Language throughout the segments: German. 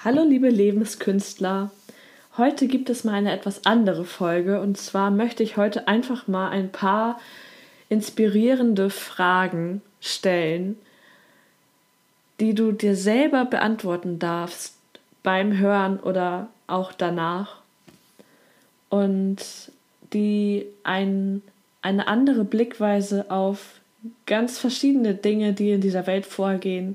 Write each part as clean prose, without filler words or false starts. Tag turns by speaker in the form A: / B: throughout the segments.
A: Hallo liebe Lebenskünstler, heute gibt es mal eine etwas andere Folge und zwar möchte ich heute einfach mal ein paar inspirierende Fragen stellen, die du dir selber beantworten darfst beim Hören oder auch danach und die eine andere Blickweise auf ganz verschiedene Dinge, die in dieser Welt vorgehen,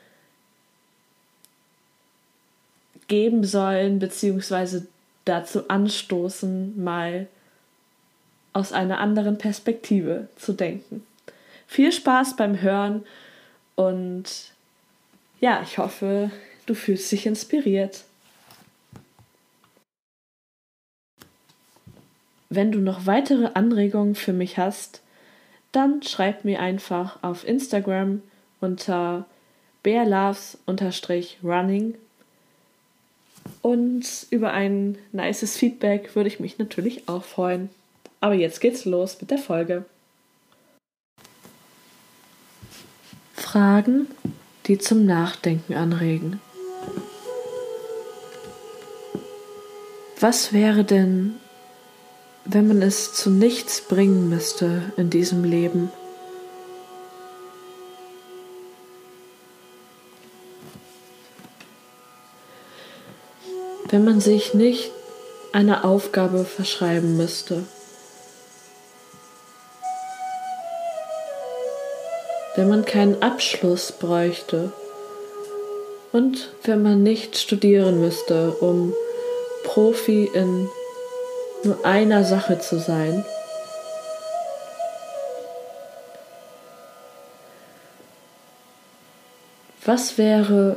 A: geben sollen, beziehungsweise dazu anstoßen, mal aus einer anderen Perspektive zu denken. Viel Spaß beim Hören und ja, ich hoffe, du fühlst dich inspiriert. Wenn du noch weitere Anregungen für mich hast, dann schreib mir einfach auf Instagram unter bearloves_running und über ein nices Feedback würde ich mich natürlich auch freuen. Aber jetzt geht's los mit der Folge. Fragen, die zum Nachdenken anregen. Was wäre denn, wenn man es zu nichts bringen müsste in diesem Leben? Wenn man sich nicht einer Aufgabe verschreiben müsste? Wenn man keinen Abschluss bräuchte? Und wenn man nicht studieren müsste, um Profi in nur einer Sache zu sein? Was wäre,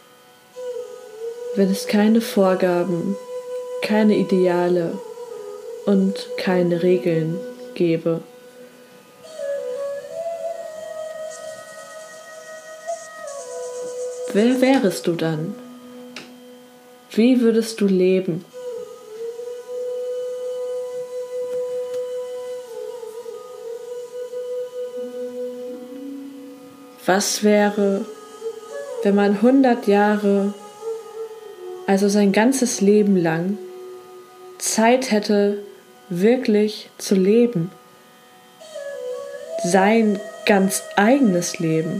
A: wenn es keine Vorgaben, keine Ideale und keine Regeln gäbe? Wer wärest du dann? Wie würdest du leben? Was wäre, wenn man 100 Jahre, also sein ganzes Leben lang, Zeit hätte, wirklich zu leben? Sein ganz eigenes Leben.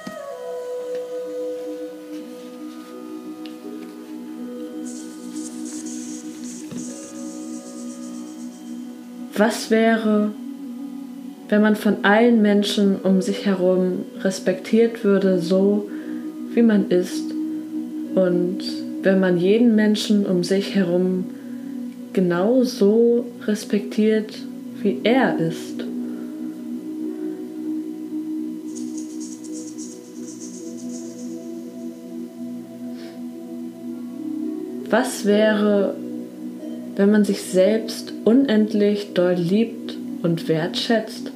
A: Was wäre, wenn man von allen Menschen um sich herum respektiert würde, so wie man ist, und wenn man jeden Menschen um sich herum genau so respektiert, wie er ist? Was wäre, wenn man sich selbst unendlich doll liebt und wertschätzt?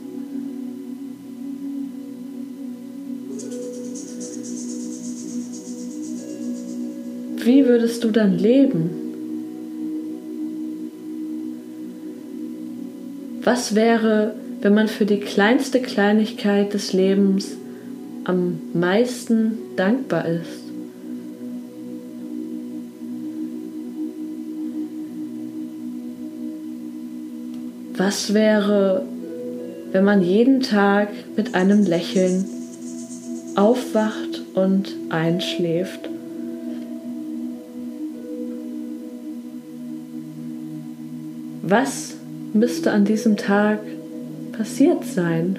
A: Wie würdest du dann leben? Was wäre, wenn man für die kleinste Kleinigkeit des Lebens am meisten dankbar ist? Was wäre, wenn man jeden Tag mit einem Lächeln aufwacht und einschläft? Was müsste an diesem Tag passiert sein?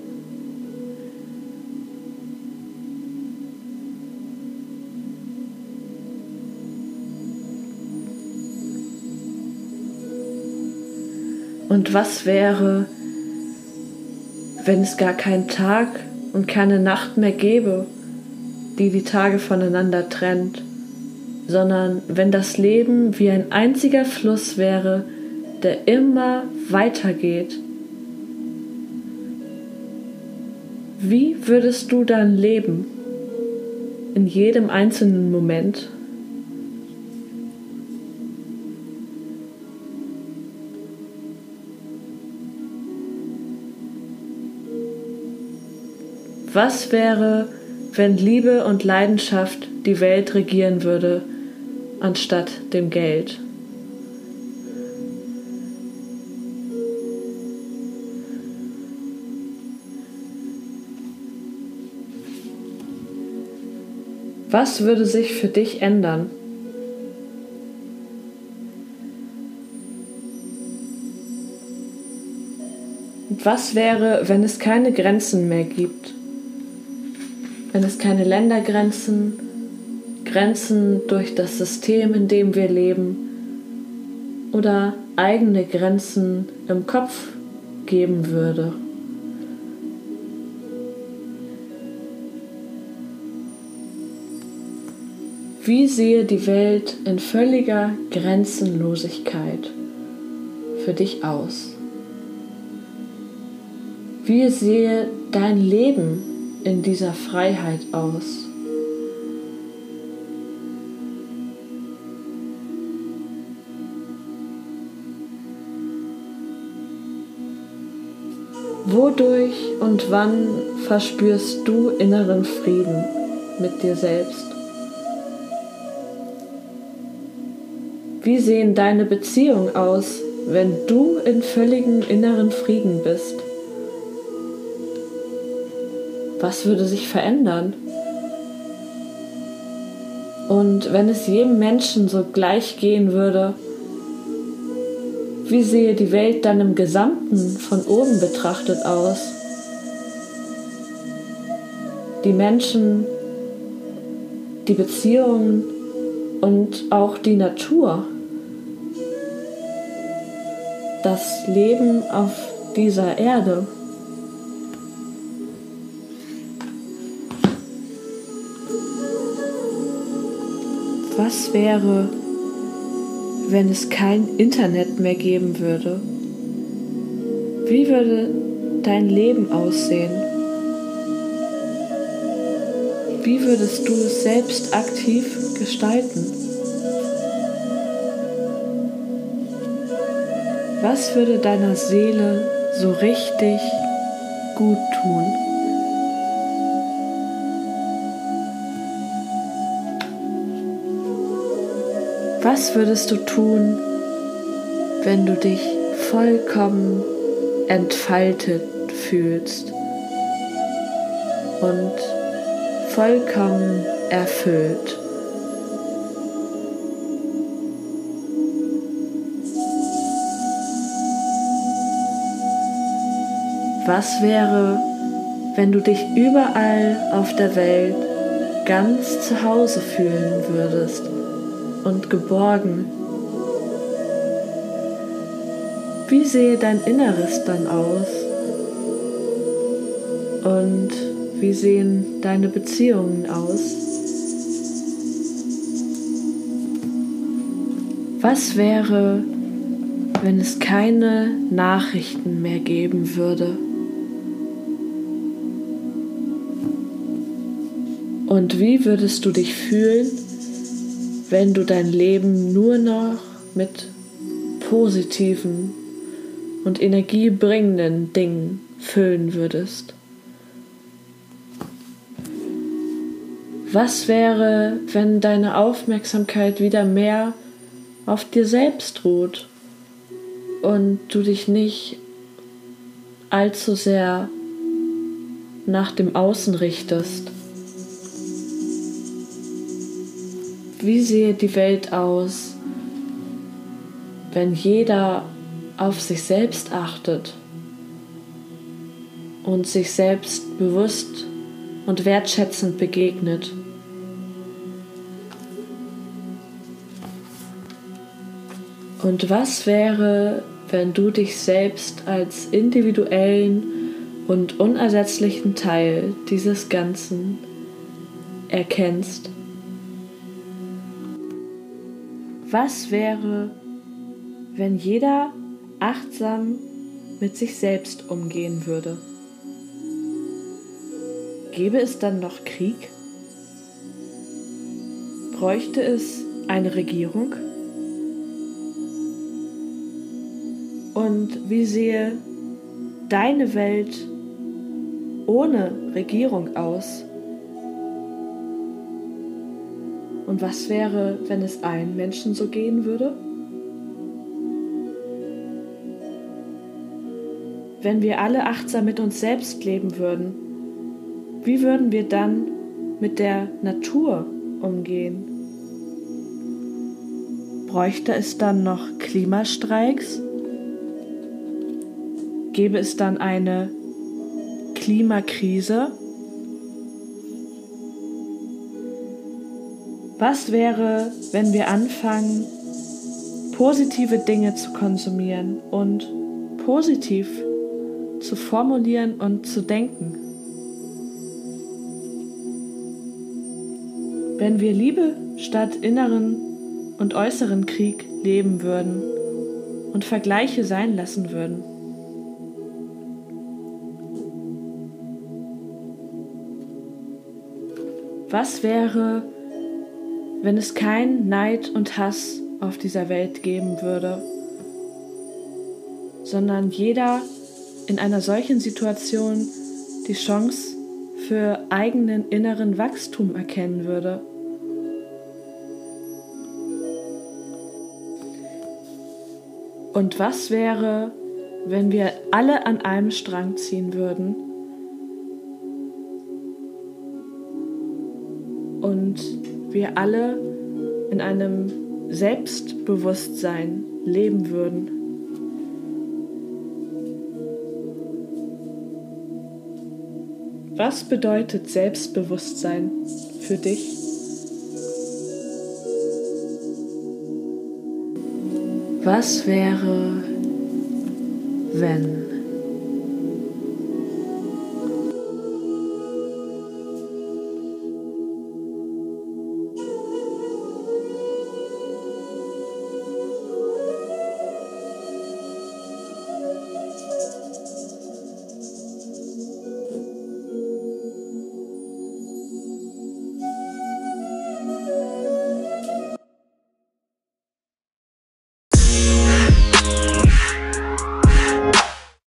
A: Und was wäre, wenn es gar keinen Tag und keine Nacht mehr gäbe, die die Tage voneinander trennt, sondern wenn das Leben wie ein einziger Fluss wäre, der immer weitergeht? Wie würdest du dann leben? In jedem einzelnen Moment? Was wäre, wenn Liebe und Leidenschaft die Welt regieren würde anstatt dem Geld. Was würde sich für dich ändern? Und was wäre, wenn es keine Grenzen mehr gibt? Wenn es keine Ländergrenzen, Grenzen durch das System, in dem wir leben, oder eigene Grenzen im Kopf geben würde? Wie sehe die Welt in völliger Grenzenlosigkeit für dich aus? Wie sehe dein Leben in dieser Freiheit aus? Wodurch und wann verspürst du inneren Frieden mit dir selbst? Wie sehen deine Beziehungen aus, wenn du in völligem inneren Frieden bist? Was würde sich verändern? Und wenn es jedem Menschen so gleich gehen würde, wie sehe die Welt dann im Gesamten von oben betrachtet aus? Die Menschen, die Beziehungen und auch die Natur. Das Leben auf dieser Erde. Was wäre, wenn es kein Internet mehr geben würde? Wie würde dein Leben aussehen? Wie würdest du es selbst aktiv gestalten? Was würde deiner Seele so richtig gut tun? Was würdest du tun, wenn du dich vollkommen entfaltet fühlst und vollkommen erfüllt? Was wäre, wenn du dich überall auf der Welt ganz zu Hause fühlen würdest und geborgen? Wie sehe dein Inneres dann aus? Und wie sehen deine Beziehungen aus? Was wäre, wenn es keine Nachrichten mehr geben würde? Und wie würdest du dich fühlen, wenn du dein Leben nur noch mit positiven und energiebringenden Dingen füllen würdest? Was wäre, wenn deine Aufmerksamkeit wieder mehr auf dir selbst ruht und du dich nicht allzu sehr nach dem Außen richtest? Wie sehe die Welt aus, wenn jeder auf sich selbst achtet und sich selbst bewusst und wertschätzend begegnet? Und was wäre, wenn du dich selbst als individuellen und unersetzlichen Teil dieses Ganzen erkennst? Was wäre, wenn jeder achtsam mit sich selbst umgehen würde? Gäbe es dann noch Krieg? Bräuchte es eine Regierung? Und wie sehe deine Welt ohne Regierung aus? Und was wäre, wenn es allen Menschen so gehen würde? Wenn wir alle achtsam mit uns selbst leben würden, wie würden wir dann mit der Natur umgehen? Bräuchte es dann noch Klimastreiks? Gäbe es dann eine Klimakrise? Was wäre, wenn wir anfangen, positive Dinge zu konsumieren und positiv zu formulieren und zu denken? Wenn wir Liebe statt inneren und äußeren Krieg leben würden und Vergleiche sein lassen würden? Was wäre, wenn es kein Neid und Hass auf dieser Welt geben würde, sondern jeder in einer solchen Situation die Chance für eigenen inneren Wachstum erkennen würde? Und was wäre, wenn wir alle an einem Strang ziehen würden und wir alle in einem Selbstbewusstsein leben würden? Was bedeutet Selbstbewusstsein für dich? Was wäre, wenn?